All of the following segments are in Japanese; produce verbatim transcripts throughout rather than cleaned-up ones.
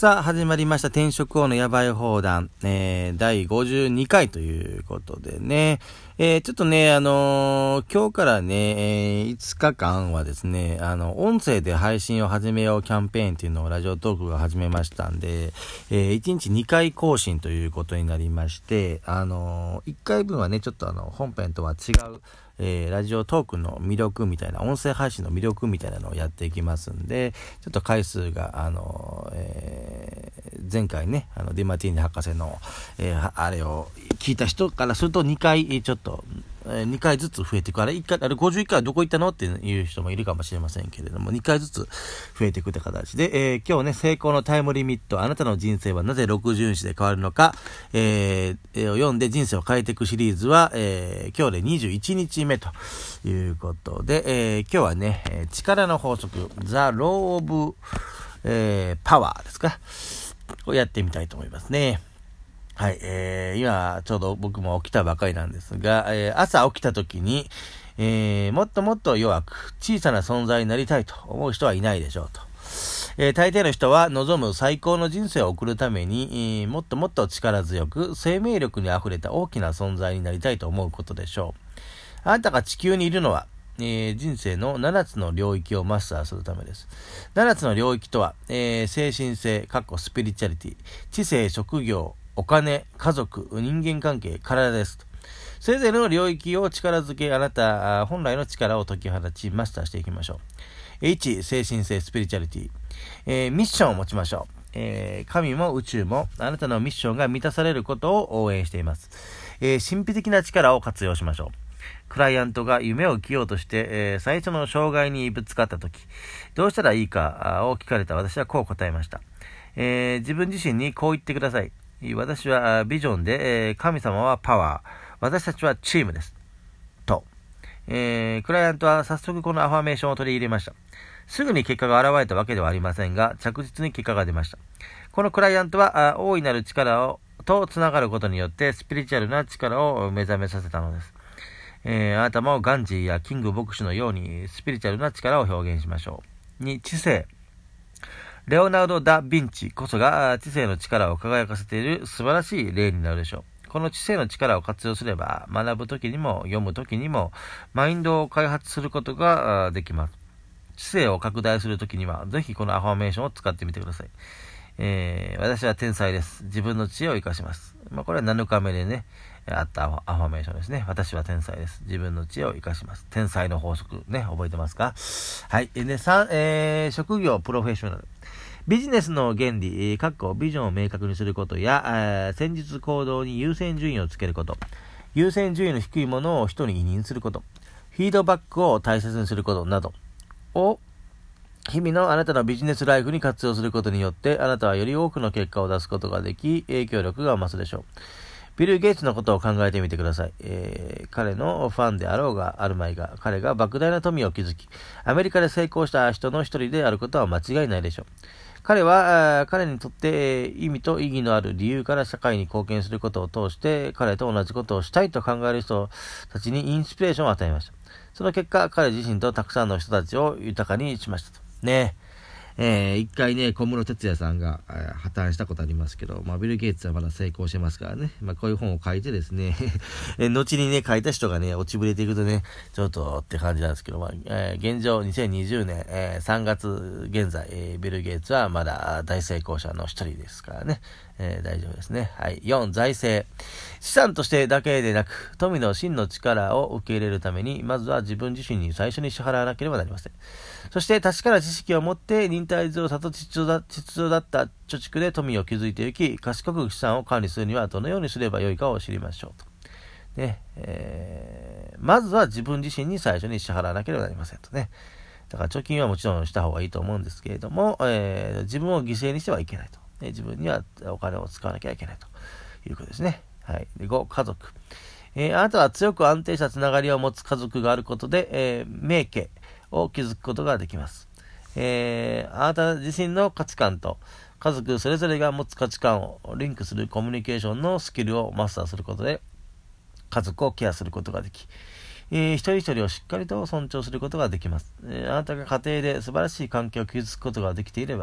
さあ始まりました転職王のやばい放談、えー、だいごじゅうにかいということでね、えー、ちょっとねあのー、今日からね、えー、いつかかんはですねあの音声で配信を始めようキャンペーンっていうのをラジオトークが始めましたんで、えー、いちにちにかい更新ということになりまして、あのー、いっかいぶんはねちょっとあの本編とは違うえー、ラジオトークの魅力みたいな音声配信の魅力みたいなのをやっていきますんで、ちょっと回数があの、えー、前回ねあのディマティーニ博士の、えー、あれを聞いた人からするとにかいちょっとにかいずつ増えていく。あれいっかい、あれごじゅういっかいどこ行ったのっていう人もいるかもしれませんけれども、にかいずつ増えていくって形で、えー、今日ね、成功のタイムリミット、あなたの人生はなぜろくじゅうにちで変わるのか、えー、を読んで人生を変えていくシリーズは、えー、今日でにじゅういちにちめということで、えー、今日はね、力の法則、The Law of、えー、Power ですか、をやってみたいと思いますね。はい、えー、今ちょうど僕も起きたばかりなんですが、えー、朝起きた時に、えー、もっともっと弱く小さな存在になりたいと思う人はいないでしょうと。えー、大抵の人は望む最高の人生を送るために、えー、もっともっと力強く生命力にあふれた大きな存在になりたいと思うことでしょう。あなたが地球にいるのは、えー、人生のななつの領域をマスターするためです。ななつの領域とは、えー、精神性、スピリチュアリティ、知性、職業、お金、家族、人間関係、体ですと。それぞれの領域を力づけ、あなた本来の力を解き放ちマスターしていきましょう。いち、精神性スピリチュアリティ、えー、ミッションを持ちましょう。えー、神も宇宙もあなたのミッションが満たされることを応援しています。えー、神秘的な力を活用しましょう。クライアントが夢を生きようとして、えー、最初の障害にぶつかったとき、どうしたらいいかを聞かれた私はこう答えました。えー、自分自身にこう言ってください。私はビジョンで、えー、神様はパワー、私たちはチームです。と、えー、クライアントは早速このアファメーションを取り入れました。すぐに結果が現れたわけではありませんが、着実に結果が出ました。このクライアントは大いなる力をとつながることによってスピリチュアルな力を目覚めさせたのです。えー、あなたもガンジーやキング牧師のようにスピリチュアルな力を表現しましょう。に、知性。レオナルド・ダ・ヴィンチこそが知性の力を輝かせている素晴らしい例になるでしょう。この知性の力を活用すれば、学ぶときにも読むときにもマインドを開発することができます。知性を拡大するときには、ぜひこのアファメーションを使ってみてください。えー、私は天才です。自分の知恵を生かします。まあ、これはなのかめでね、あったアファメーションですね。私は天才です。自分の知恵を生かします。天才の法則ね、覚えてますか？はい。で、さん、えー、職業プロフェッショナル。ビジネスの原理、かっこビジョンを明確にすることや、えー、戦術行動に優先順位をつけること、優先順位の低いものを人に委任すること、フィードバックを大切にすることなどを日々のあなたのビジネスライフに活用することによって、あなたはより多くの結果を出すことができ、影響力が増すでしょう。ビル・ゲイツのことを考えてみてください。えー、彼のファンであろうがあるまいが、彼が莫大な富を築き、アメリカで成功した人の一人であることは間違いないでしょう。彼は、彼にとって意味と意義のある理由から社会に貢献することを通して、彼と同じことをしたいと考える人たちにインスピレーションを与えました。その結果、彼自身とたくさんの人たちを豊かにしましたと。ねえー、一回ね、小室哲哉さんが、えー、破綻したことありますけど、まあ、ビル・ゲイツはまだ成功してますからね。まあ、こういう本を書いてですね、えー、後にね、書いた人がね、落ちぶれていくとね、ちょっとって感じなんですけど、まあ、えー、現状にせんにじゅうねん、えー、さんがつ現在、えー、ビル・ゲイツはまだ大成功者の一人ですからね、えー、大丈夫ですね。はい。よん、財政。資産としてだけでなく、富の真の力を受け入れるために、まずは自分自身に最初に支払わなければなりません。そして、確かな知識を持って、忍耐強さと秩序だ、秩序だった貯蓄で富を築いていき、賢く資産を管理するにはどのようにすればよいかを知りましょうと。ね、えー、まずは自分自身に最初に支払わなければなりませんとね。だから貯金はもちろんした方がいいと思うんですけれども、えー、自分を犠牲にしてはいけないと。ね、自分にはお金を使わなきゃいけないということですね。はい。で、ご、家族。えー、あなたは強く安定したつながりを持つ家族があることで、えー、名家を築くことができます。えー、あなた自身の価値観と家族それぞれが持つ価値観をリンクするコミュニケーションのスキルをマスターすることで家族をケアすることができ、えー、一人一人をしっかりと尊重することができます。えー、あなたが家庭で素晴らしい関係を築くことができていれば、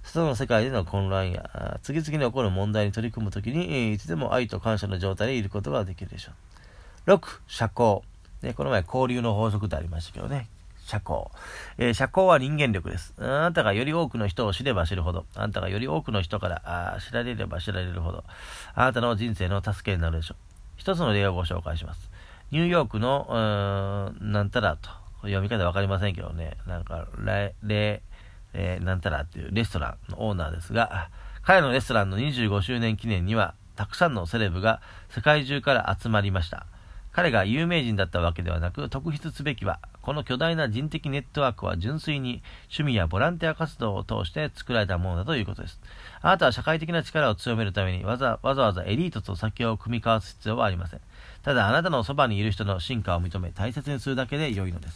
外の世界での混乱や次々に起こる問題に取り組むときにいつでも愛と感謝の状態でいることができるでしょう。ろく、社交、ね、この前交流の法則でありましたけどね、社交、えー、社交は人間力です。あなたがより多くの人を知れば知るほど、あなたがより多くの人からあ知られれば知られるほど、あなたの人生の助けになるでしょう。一つの例をご紹介します。ニューヨークのうーんなんたらと読み方わかりませんけどね、なんかレレえー、なんたらっていうレストランのオーナーですが、彼のレストランのにじゅうごしゅうねん記念にはたくさんのセレブが世界中から集まりました。彼が有名人だったわけではなく、特筆すべきはこの巨大な人的ネットワークは純粋に趣味やボランティア活動を通して作られたものだということです。あなたは社会的な力を強めるためにわざわざわざエリートと酒を組み交わす必要はありません。ただあなたのそばにいる人の進化を認め大切にするだけで良いのです。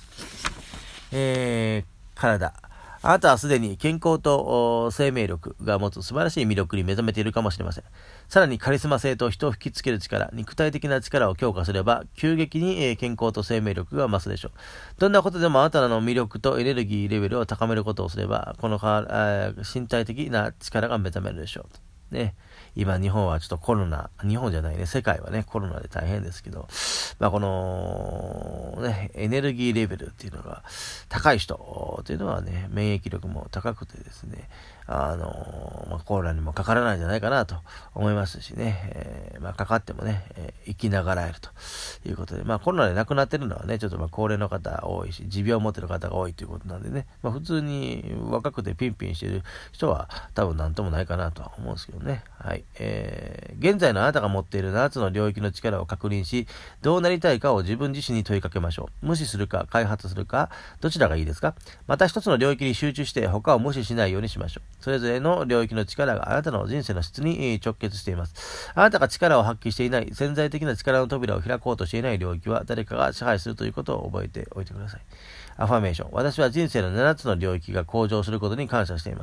えー、体あなたはすでに健康と生命力が持つ素晴らしい魅力に目覚めているかもしれません。さらにカリスマ性と人を引きつける力、肉体的な力を強化すれば、急激に健康と生命力が増すでしょう。どんなことでもあなたの魅力とエネルギーレベルを高めることをすれば、この身体的な力が目覚めるでしょう。ね。今日本はちょっとコロナ、日本じゃないね、世界はね、コロナで大変ですけど、まあこの、ね、エネルギーレベルっていうのが高い人っていうのはね、免疫力も高くてですね、あの、まあ、コロナにもかからないんじゃないかなと思いますしね、えー、まあかかってもね、えー、生きながらえるということで、まあコロナで亡くなってるのはね、ちょっとまあ高齢の方多いし、持病を持ってる方が多いということなんでね、まあ普通に若くてピンピンしてる人は多分なんともないかなとは思うんですけどね。はい。えー、現在のあなたが持っているななつの領域の力を確認し、どうなりたいかを自分自身に問いかけましょう。無視するか開発するか、どちらがいいですか？また一つの領域に集中して他を無視しないようにしましょう。それぞれの領域の力があなたの人生の質に直結しています。あなたが力を発揮していない、潜在的な力の扉を開こうとしていない領域は誰かが支配するということを覚えておいてください。アファメーション。私は人生のななつの領域が向上することに感謝しています。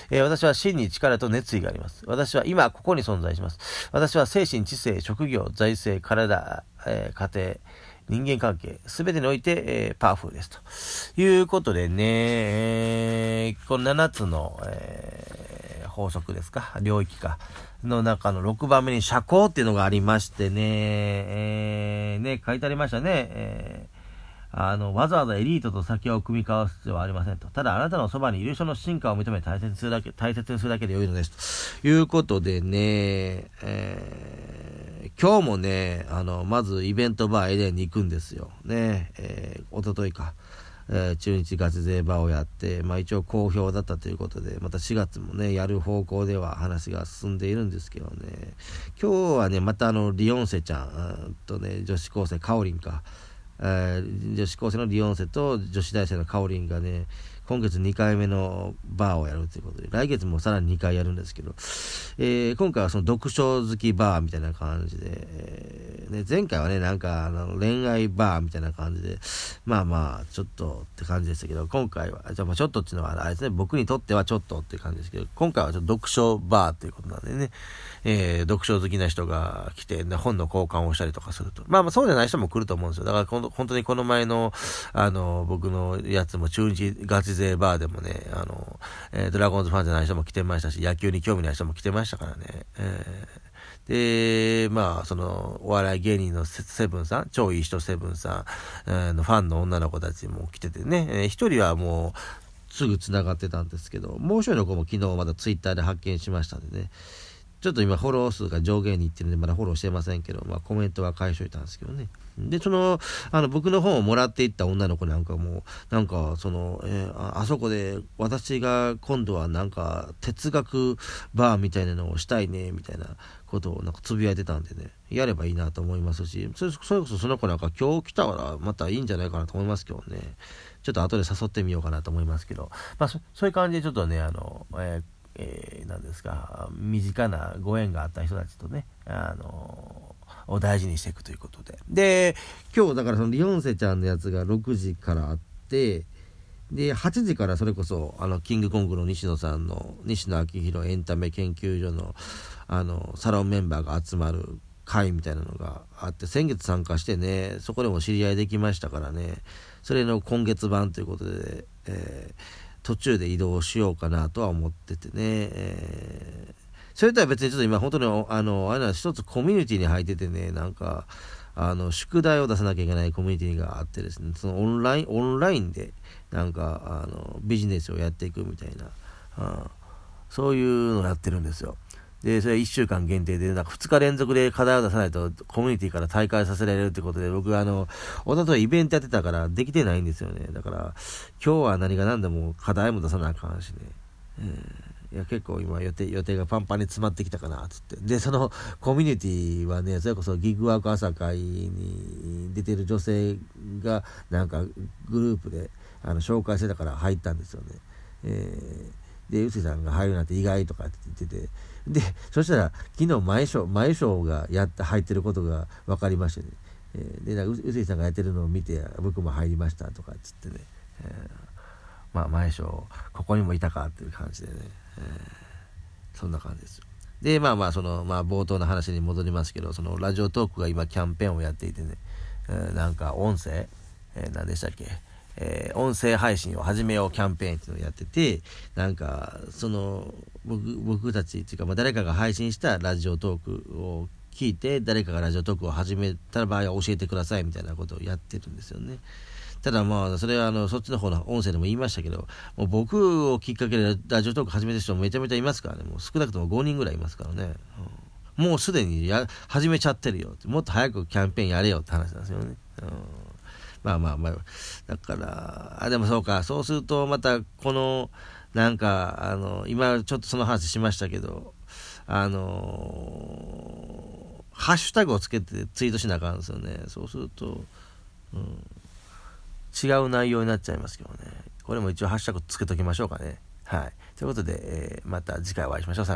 えー、私は真に力と熱意があります。私は今ここに存在します。私は精神、知性、職業、財政、体、えー、家庭、人間関係、すべてにおいて、えー、パワフルです。ということでね、えー、このななつの、えー、法則ですか、領域か、の中のろくばんめに社交っていうのがありましてね、えー、ね、書いてありましたね、えーあの、わざわざエリートと酒を組み交わす必要はありませんと。ただあなたのそばにいる人の進化を認め大切にするだけ、大切にするだけで良いのです。ということでね、えー、今日もね、あの、まずイベントバーエデンに行くんですよ。ね、えー、おとといか。えー、中日ガチ勢バーをやって、まあ一応好評だったということで、またしがつもね、やる方向では話が進んでいるんですけどね、今日はね、またあの、リヨンセちゃんとね、女子高生、カオリンか、えー、女子高生のリヨンセと女子大生のカオリンがね、今月にかいめのバーをやるということで、来月もさらににかいやるんですけど、えー、今回はその読書好きバーみたいな感じで、えーね、前回はね、なんかあの恋愛バーみたいな感じで、まあまあ、ちょっとって感じでしたけど、今回は、じゃあまあちょっとっていうのはあれですね、僕にとってはちょっとっていう感じですけど、今回はちょっと読書バーっていうことなんでね、えー、読書好きな人が来て、ね、本の交換をしたりとかすると。まあまあそうじゃない人も来ると思うんですよ。だからこの本当にこの前の、あの、僕のやつも中日ガチ勢バーでもね、あの、えー、ドラゴンズファンじゃない人も来てましたし、野球に興味ない人も来てましたからね。えー、で、まあ、その、お笑い芸人のセブンさん、超いい人セブンさん、えー、のファンの女の子たちも来ててね、えー、一人はもう、すぐ繋がってたんですけど、もう一人の子も昨日まだツイッターで発見しましたんでね、ちょっと今フォロー数が上限にいってるんでまだフォローしてませんけど、まあコメントは返しといたんですけどね。で、その、あの、僕の本をもらっていった女の子なんかも、なんか、その、えー、あ、あそこで私が今度はなんか哲学バーみたいなのをしたいね、みたいなことをなんかつぶやいてたんでね、やればいいなと思いますし、それ、それこそその子なんか今日来たらまたいいんじゃないかなと思いますけどね。ちょっと後で誘ってみようかなと思いますけど、まあそ、そういう感じでちょっとね、あの、えーえー、なんですか、身近なご縁があった人たちとね、あのー、を大事にしていくということで。で、今日だからそのリヨンセちゃんのやつがろくじからあって、で、はちじからそれこそ、あの、キングコングの西野さんの、西野昭弘エンタメ研究所の、あの、サロンメンバーが集まる会みたいなのがあって、先月参加してね、そこでも知り合いできましたからね、それの今月版ということで、えー途中で移動しようかなとは思っててね、えー、それとは別にちょっと今本当にあのあれは一つコミュニティに入っててね、なんかあの宿題を出さなきゃいけないコミュニティがあってですね、そのオンラインオンラインでなんかあのビジネスをやっていくみたいな、あそういうのをやってるんですよ。でそれいっしゅうかん限定でなんかふつか連続で課題を出さないとコミュニティから退会させられるってことで、僕はあのおとといイベントやってたからできてないんですよね。だから今日は何が何でも課題も出さなあかんしね、えー、いや結構今予定予定がパンパンに詰まってきたかなっつって、でそのコミュニティはね、それこそギグワーク朝会に出てる女性がなんかグループであの紹介してたから入ったんですよね。えー、でうすいさんが入るなんて意外とかって言ってて、でそしたら昨日前章前章がやって入ってることが分かりましてね、えー、でなんかうすいさんがやってるのを見て僕も入りましたとかっつってね、えー、まあ前章ここにもいたかっていう感じでね、えー、そんな感じですよ。でまあまあそのまあ冒頭の話に戻りますけど、そのラジオトークが今キャンペーンをやっていてね、えー、なんか音声、えー、何でしたっけ、えー、音声配信を始めようキャンペーンっていうのをやってて、なんかその 僕, 僕たちっていうか、まあ、誰かが配信したラジオトークを聞いて誰かがラジオトークを始めた場合は教えてくださいみたいなことをやってるんですよね。ただまあそれはあのそっちの方の音声でも言いましたけど、もう僕をきっかけでラジオトーク始めた人もめちゃめちゃいますからね。もう少なくともごにんぐらいいますからね、うん、もうすでにや始めちゃってるよって、もっと早くキャンペーンやれよって話なんですよね、うん、まあまあまあだからあでもそうか、そうするとまたこのなんかあの今ちょっとその話しましたけど、あのー、ハッシュタグをつけてツイートしなあかんんですよね。そうすると、うん、違う内容になっちゃいますけどね。これも一応ハッシュタグつけときましょうかね。はい。ということで、えー、また次回お会いしましょう。さよなら。